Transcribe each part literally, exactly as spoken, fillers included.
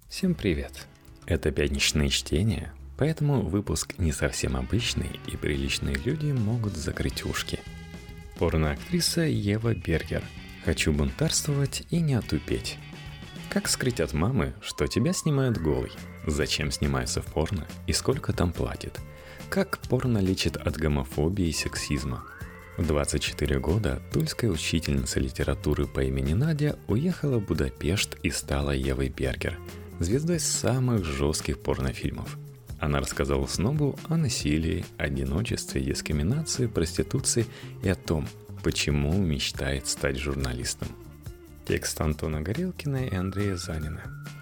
Всем привет! Это пятничное чтение, поэтому выпуск не совсем обычный, и приличные люди могут закрыть ушки. Порноактриса Ева Бергер. Хочу бунтарствовать и не отупеть. Как скрыть от мамы, что тебя снимают голой? Зачем снимаются в порно и сколько там платят? Как порно лечит от гомофобии и сексизма? В двадцать четыре года тульская учительница литературы по имени Надя уехала в Будапешт и стала Евой Бергер, звездой самых жестких порнофильмов. Она рассказала снобу о насилии, одиночестве, дискриминации, проституции и о том, почему мечтает стать журналистом. Текст Антона Горелкина и Андрея Занина.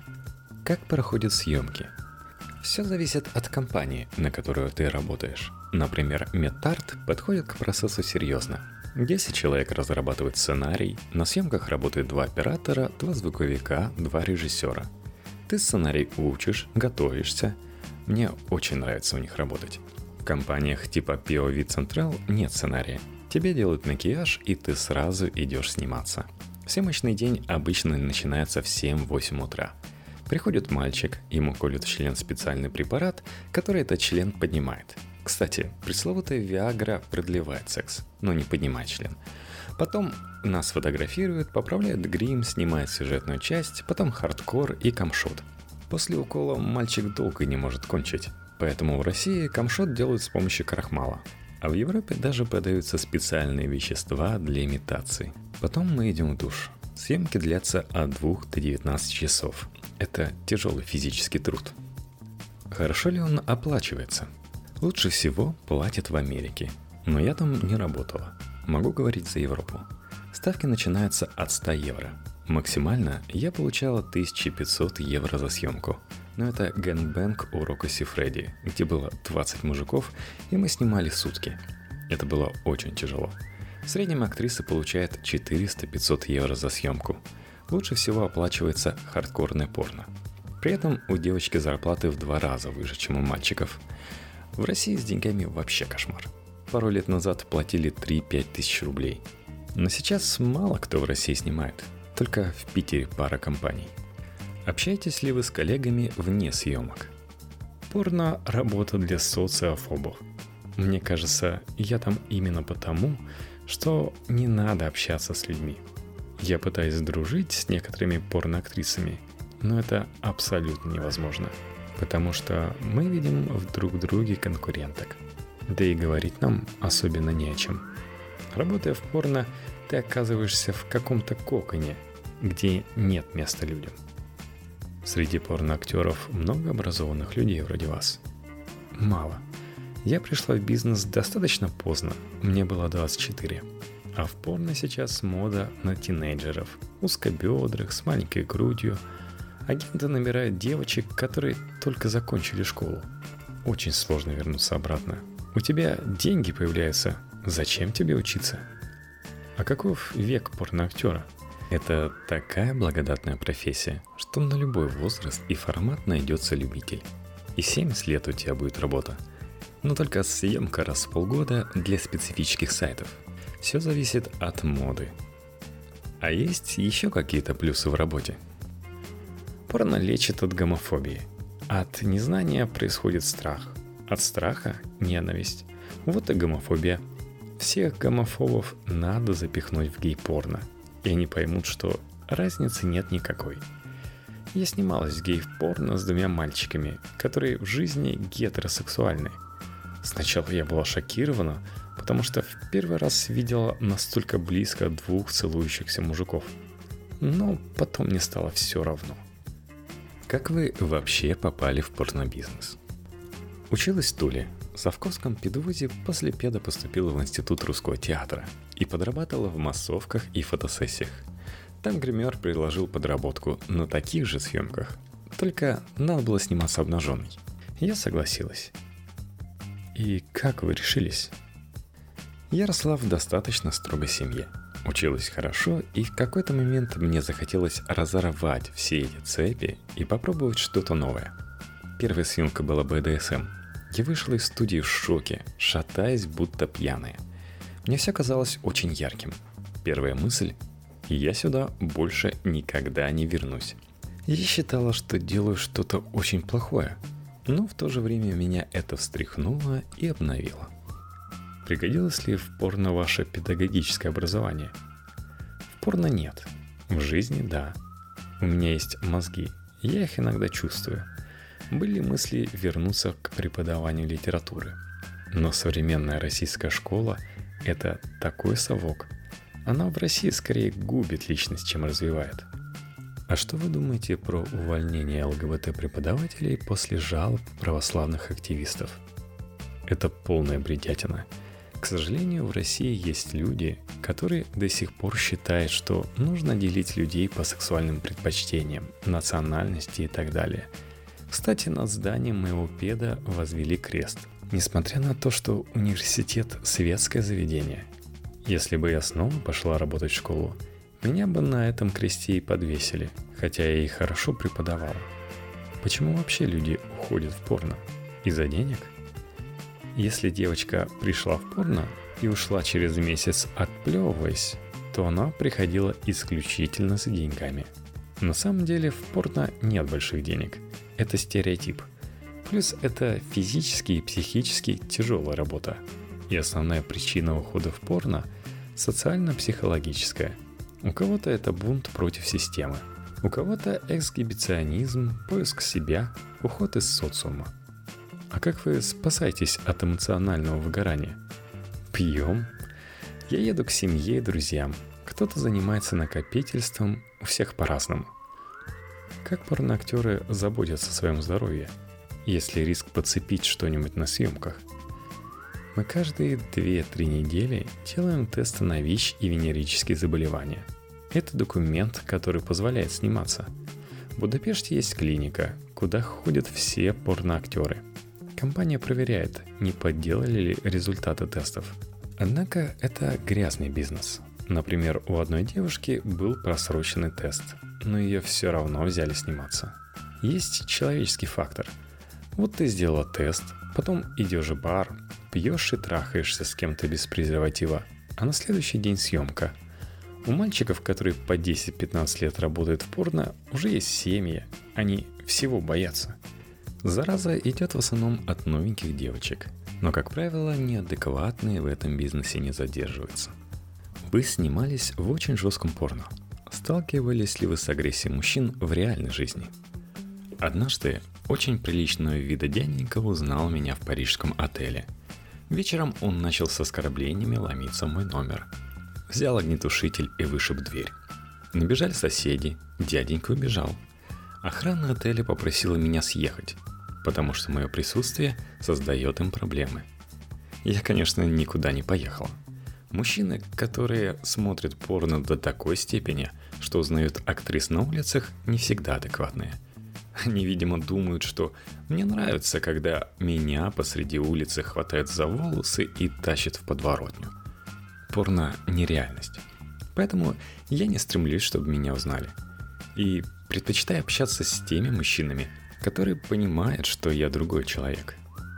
Как проходят съемки? Все зависит от компании, на которую ты работаешь. Например, Медарт подходит к процессу серьезно. десять человек разрабатывают сценарий, на съемках работают два оператора, два звуковика, два режиссера. Ты сценарий учишь, готовишься. Мне очень нравится у них работать. В компаниях типа пи о ви Central нет сценария. Тебе делают макияж, и ты сразу идешь сниматься. Съемочный день обычно начинается в семь-восемь утра. Приходит мальчик, ему колют в член специальный препарат, который этот член поднимает. Кстати, пресловутая Виагра продлевает секс, но не поднимает член. Потом нас фотографируют, поправляют грим, снимают сюжетную часть, потом хардкор и камшот. После укола мальчик долго не может кончить, поэтому в России камшот делают с помощью крахмала. А в Европе даже продаются специальные вещества для имитации. Потом мы идем в душ. Съемки длятся от двух до девятнадцати часов. Это тяжелый физический труд. Хорошо ли он оплачивается? Лучше всего платят в Америке, но я там не работала. Могу говорить за Европу. Ставки начинаются от ста евро. Максимально я получала тысяча пятьсот евро за съемку. Но это гэнгбэнг у Рокко Сиффредди, где было двадцать мужиков, и мы снимали сутки. Это было очень тяжело. В среднем актриса получает четыреста-пятьсот евро за съемку. Лучше всего оплачивается хардкорное порно. При этом у девочки зарплаты в два раза выше, чем у мальчиков. В России с деньгами вообще кошмар. Пару лет назад платили три-пять тысяч рублей. Но сейчас мало кто в России снимает. Только в Питере пара компаний. Общаетесь ли вы с коллегами вне съемок? Порно – работа для социофобов. Мне кажется, я там именно потому, что не надо общаться с людьми. Я пытаюсь дружить с некоторыми порноактрисами, но это абсолютно невозможно, потому что мы видим в друг друге конкуренток. Да и говорить нам особенно не о чем. Работая в порно, ты оказываешься в каком-то коконе, где нет места людям. Среди порноактеров много образованных людей вроде вас? Мало. Я пришла в бизнес достаточно поздно, мне было двадцать четыре. А в порно сейчас мода на тинейджеров, узкобедрых, с маленькой грудью. Агенты набирают девочек, которые только закончили школу. Очень сложно вернуться обратно. У тебя деньги появляются, зачем тебе учиться? А каков век порноактера? Это такая благодатная профессия, что на любой возраст и формат найдется любитель. И семьдесят лет у тебя будет работа. Но только съемка раз в полгода для специфических сайтов. Все зависит от моды. А есть еще какие-то плюсы в работе? Порно лечит от гомофобии. От незнания происходит страх. От страха – ненависть. Вот и гомофобия. Всех гомофобов надо запихнуть в гей-порно. И они поймут, что разницы нет никакой. Я снималась в гей-порно с двумя мальчиками, которые в жизни гетеросексуальны. Сначала я была шокирована, потому что в первый раз видела настолько близко двух целующихся мужиков. Но потом мне стало все равно. Как вы вообще попали в порнобизнес? Училась в Туле. В Совковском педвузе после педа поступила в Институт русского театра и подрабатывала в массовках и фотосессиях. Там гример предложил подработку на таких же съемках, только надо было сниматься обнаженной. Я согласилась. И как вы решились? Я росла в достаточно строгой семье. Училась хорошо, и в какой-то момент мне захотелось разорвать все эти цепи и попробовать что-то новое. Первая съемка была бэ дэ эс эм. Я вышла из студии в шоке, шатаясь, будто пьяная. Мне все казалось очень ярким. Первая мысль – я сюда больше никогда не вернусь. Я считала, что делаю что-то очень плохое, но в то же время меня это встряхнуло и обновило. Пригодилось ли в порно ваше педагогическое образование? В порно нет, в жизни да. У меня есть мозги, я их иногда чувствую. Были мысли вернуться к преподаванию литературы. Но современная российская школа – это такой совок. Она в России скорее губит личность, чем развивает. А что вы думаете про увольнение ЛГБТ-преподавателей после жалоб православных активистов? Это полная бредятина. К сожалению, в России есть люди, которые до сих пор считают, что нужно делить людей по сексуальным предпочтениям, национальности и так далее. Кстати, над зданием моего педа возвели крест, несмотря на то, что университет – светское заведение. Если бы я снова пошла работать в школу, меня бы на этом кресте и подвесили, хотя я и хорошо преподавала. Почему вообще люди уходят в порно? Из-за денег? Если девочка пришла в порно и ушла через месяц отплевываясь, то она приходила исключительно за деньгами. На самом деле в порно нет больших денег. Это стереотип. Плюс это физически и психически тяжелая работа. И основная причина ухода в порно – социально-психологическая. У кого-то это бунт против системы. У кого-то эксгибиционизм, поиск себя, уход из социума. А как вы спасаетесь от эмоционального выгорания? Пьем. Я еду к семье и друзьям. Кто-то занимается накопительством, у всех по-разному. Как порноактеры заботятся о своем здоровье, если риск подцепить что-нибудь на съемках? Мы каждые две-три недели делаем тесты на ВИЧ и венерические заболевания. Это документ, который позволяет сниматься. В Будапеште есть клиника, куда ходят все порноактеры. Компания проверяет, не подделали ли результаты тестов. Однако это грязный бизнес. Например, у одной девушки был просроченный тест, но ее все равно взяли сниматься. Есть человеческий фактор. Вот ты сделала тест, потом идешь в бар, пьешь и трахаешься с кем-то без презерватива, а на следующий день съемка. У мальчиков, которые по десять-пятнадцать лет работают в порно, уже есть семьи, они всего боятся. Зараза идет в основном от новеньких девочек, но, как правило, неадекватные в этом бизнесе не задерживаются. Вы снимались в очень жестком порно. Сталкивались ли вы с агрессией мужчин в реальной жизни? Однажды очень приличного вида дяденька узнал меня в парижском отеле. Вечером он начал с оскорблениями ломиться в мой номер. Взял огнетушитель и вышиб дверь. Набежали соседи, дяденька убежал. Охрана отеля попросила меня съехать, потому что мое присутствие создает им проблемы. Я, конечно, никуда не поехал. Мужчины, которые смотрят порно до такой степени, что узнают актрис на улицах, не всегда адекватные. Они, видимо, думают, что мне нравится, когда меня посреди улицы хватают за волосы и тащат в подворотню. Порно – нереальность. Поэтому я не стремлюсь, чтобы меня узнали. И предпочитаю общаться с теми мужчинами, которые понимают, что я другой человек.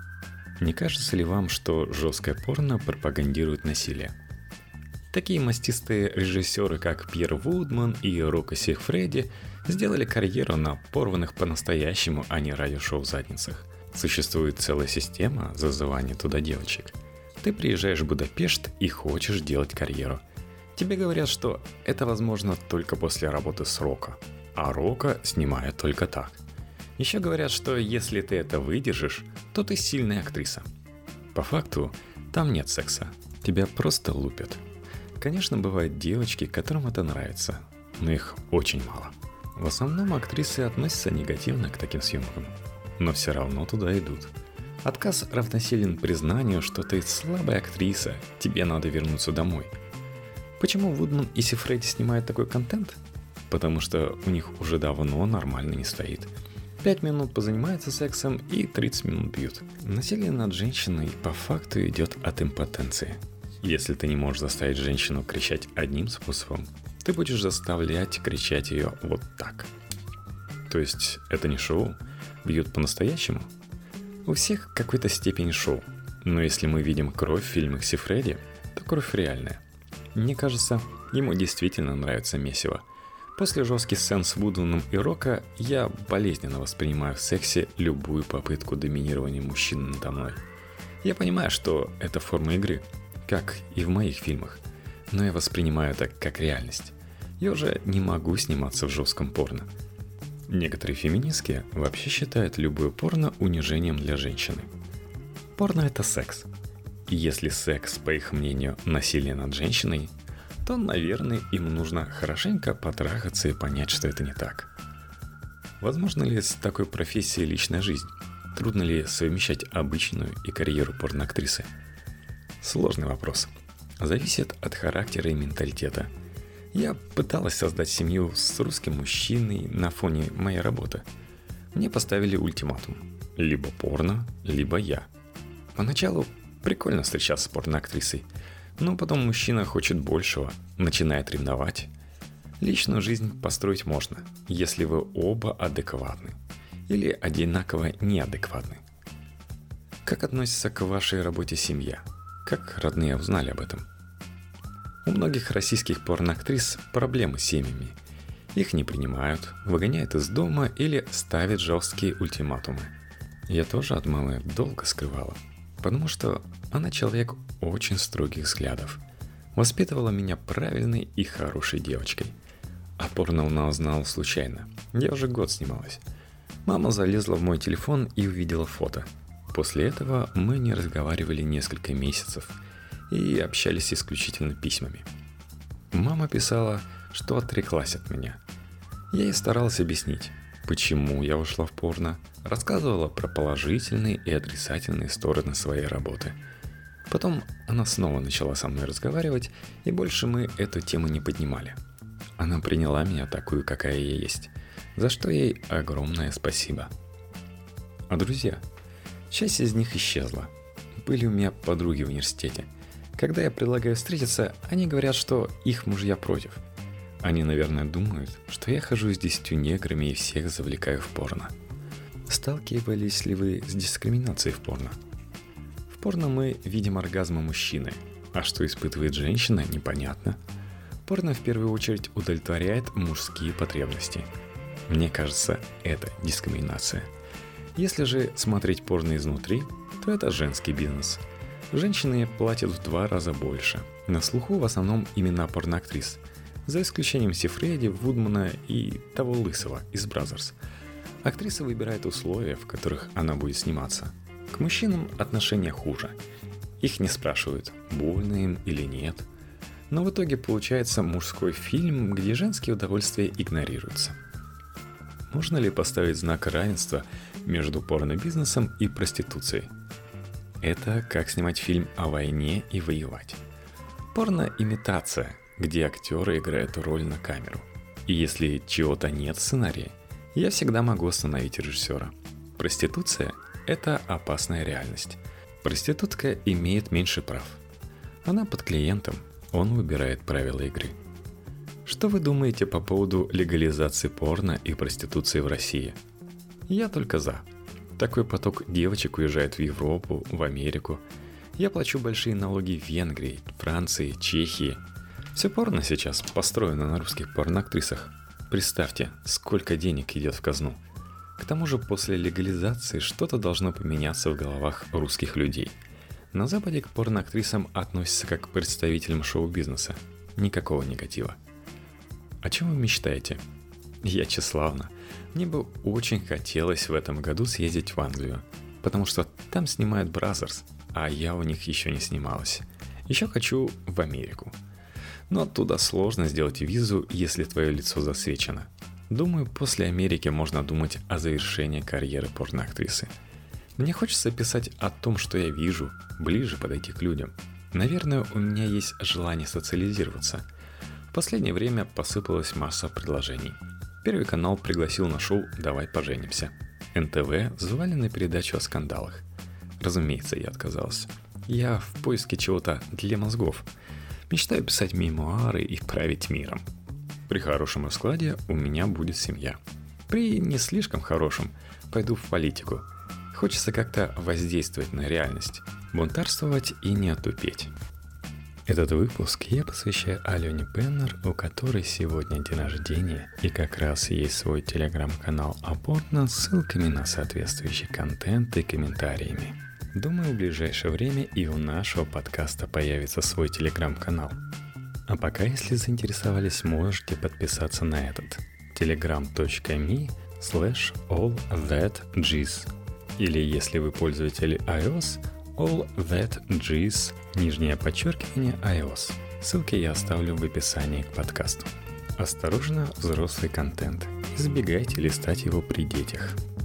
Не кажется ли вам, что жесткое порно пропагандирует насилие? Такие мастистые режиссеры, как Пьер Вудман и Рокко Сигфредди, сделали карьеру на порванных по-настоящему, а не радиошоу в задницах. Существует целая система зазывания туда девочек. Ты приезжаешь в Будапешт и хочешь делать карьеру. Тебе говорят, что это возможно только после работы с Рокко, а Рокко снимает только так. Еще говорят, что если ты это выдержишь, то ты сильная актриса. По факту, там нет секса, тебя просто лупят. Конечно, бывают девочки, которым это нравится, но их очень мало. В основном актрисы относятся негативно к таким съемкам, но все равно туда идут. Отказ равносилен признанию, что ты слабая актриса, тебе надо вернуться домой. Почему Вудман и Сигфредди снимают такой контент? Потому что у них уже давно нормально не стоит. Пять минут позанимаются сексом и тридцать минут бьют. Насилие над женщиной по факту идет от импотенции. Если ты не можешь заставить женщину кричать одним способом, ты будешь заставлять кричать ее вот так. То есть это не шоу? Бьют по-настоящему? У всех какой-то степени шоу. Но если мы видим кровь в фильмах Сигфредди, то кровь реальная. Мне кажется, ему действительно нравится месиво. После жестких сцен с Вудманом и Рока я болезненно воспринимаю в сексе любую попытку доминирования мужчины надо мной. Я понимаю, что это форма игры, как и в моих фильмах, но я воспринимаю это как реальность. Я уже не могу сниматься в жестком порно. Некоторые феминистки вообще считают любое порно унижением для женщины. Порно – это секс. И если секс, по их мнению, насилие над женщиной, то, наверное, им нужно хорошенько потрахаться и понять, что это не так. Возможно ли с такой профессией личная жизнь? Трудно ли совмещать обычную и карьеру порноактрисы? Сложный вопрос. Зависит от характера и менталитета. Я пыталась создать семью с русским мужчиной на фоне моей работы. Мне поставили ультиматум. Либо порно, либо я. Поначалу прикольно встречаться с порноактрисой, но потом мужчина хочет большего, начинает ревновать. Личную жизнь построить можно, если вы оба адекватны или одинаково неадекватны. Как относится к вашей работе семья? Как родные узнали об этом? У многих российских порноактрис проблемы с семьями. Их не принимают, выгоняют из дома или ставят жесткие ультиматумы. Я тоже от мамы долго скрывала, потому что она человек очень строгих взглядов. Воспитывала меня правильной и хорошей девочкой. А порно она узнала случайно. Я уже год снималась. Мама залезла в мой телефон и увидела фото. После этого мы не разговаривали несколько месяцев и общались исключительно письмами. Мама писала, что отреклась от меня. Я ей старалась объяснить, почему я ушла в порно, рассказывала про положительные и отрицательные стороны своей работы. Потом она снова начала со мной разговаривать, и больше мы эту тему не поднимали. Она приняла меня такую, какая я есть, за что ей огромное спасибо. А друзья? Часть из них исчезла. Были у меня подруги в университете. Когда я предлагаю встретиться, они говорят, что их мужья против. Они, наверное, думают, что я хожу с десятью неграми и всех завлекаю в порно. Сталкивались ли вы с дискриминацией в порно? В порно мы видим оргазмы мужчины, а что испытывает женщина, непонятно. Порно в первую очередь удовлетворяет мужские потребности. Мне кажется, это дискриминация. Если же смотреть порно изнутри, то это женский бизнес. Женщины платят в два раза больше. На слуху в основном имена порноактрис, за исключением Сифреди, Вудмана и того лысого из Бразерс. Актриса выбирает условия, в которых она будет сниматься. К мужчинам отношение хуже. Их не спрашивают, больно им или нет. Но в итоге получается мужской фильм, где женские удовольствия игнорируются. Можно ли поставить знак равенства между порно-бизнесом и проституцией? Это как снимать фильм о войне и воевать. Порно – имитация, где актеры играют роль на камеру. И если чего-то нет в сценарии, я всегда могу остановить режиссера. Проституция – это опасная реальность. Проститутка имеет меньше прав. Она под клиентом, он выбирает правила игры. Что вы думаете по поводу легализации порно и проституции в России? Я только за. Такой поток девочек уезжает в Европу, в Америку. Я плачу большие налоги в Венгрии, Франции, Чехии. Все порно сейчас построено на русских порноактрисах. Представьте, сколько денег идет в казну. К тому же после легализации что-то должно поменяться в головах русских людей. На Западе к порноактрисам относятся как к представителям шоу-бизнеса. Никакого негатива. О чем вы мечтаете? Я тщеславна. Мне бы очень хотелось в этом году съездить в Англию, потому что там снимают Бразерс, а я у них еще не снималась. Еще хочу в Америку. Но оттуда сложно сделать визу, если твое лицо засвечено. Думаю, после Америки можно думать о завершении карьеры порноактрисы. Мне хочется писать о том, что я вижу, ближе подойти к людям. Наверное, у меня есть желание социализироваться. В последнее время посыпалась масса предложений. Первый канал пригласил на шоу «Давай поженимся». эн тэ вэ звали на передачу о скандалах. Разумеется, я отказался. Я в поиске чего-то для мозгов. Мечтаю писать мемуары и править миром. При хорошем раскладе у меня будет семья. При не слишком хорошем пойду в политику. Хочется как-то воздействовать на реальность, бунтарствовать и не отупеть. Этот выпуск я посвящаю Алене Пеннер, у которой сегодня день рождения, и как раз есть свой телеграм-канал Апорно с ссылками на соответствующий контент и комментариями. Думаю, в ближайшее время и у нашего подкаста появится свой телеграм-канал. А пока, если заинтересовались, можете подписаться на этот telegram.me slash allthatjizz. Или если вы пользователь iOS, allthatjizz, нижнее подчеркивание iOS. Ссылки я оставлю в описании к подкасту. Осторожно, взрослый контент. Избегайте листать его при детях.